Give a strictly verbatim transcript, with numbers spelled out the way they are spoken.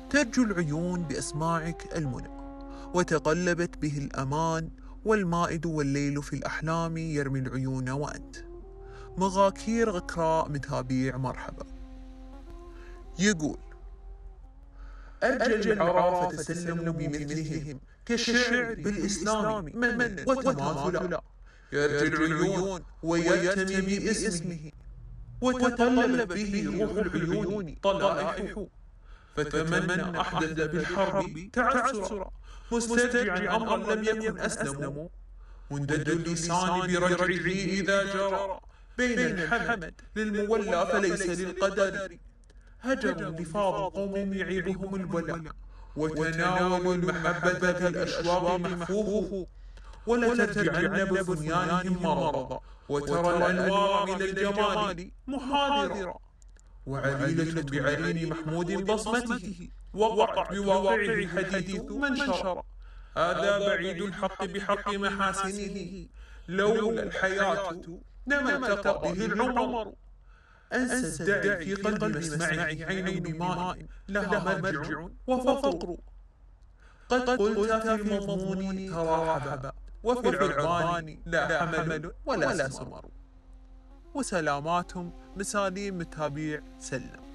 ترجو العيون بأسماعك المنى، وتقلبت به الأمان، والمائد والليل في الأحلام يرمي العيون وأنت. مغاكير غكراء متابيع مرحبا. يقول: أرجى العرى فتسلموا بمثلهم، كالشعر بالإسلام منا وتماثلا. يرجى العيون ويرتمي باسمه، وتقلب به روح العيون طلائح. فتمنى أحدث بالحرب تعسرا، مسترجعا أمرا لم يكن أسلم. مندد اللسان برجعه إذا جرى بين الحمد للمولى فليس للقدر. هجروا لفاظ قوم يعيبهم البلاء، وتناولوا المحبة في الأشواق محفوظه. ولترجعن ببنيانهم مرضا، وترى الأنوار من الجمال محاذرا. وعليلة بعليل محمود بصمته، وقعت بواقعه حديث من شرى. هذا بعيد الحق بحق محاسنه، لولا الحياة لما التقى به العمر. أنسى الداعي في قلب مسمعه عين بماء لها مرجع وفقر. قد قلت في المضمون تراحبا، وفي العربان لا حمل ولا سمر. وسلامات مساليم متابيع سلم.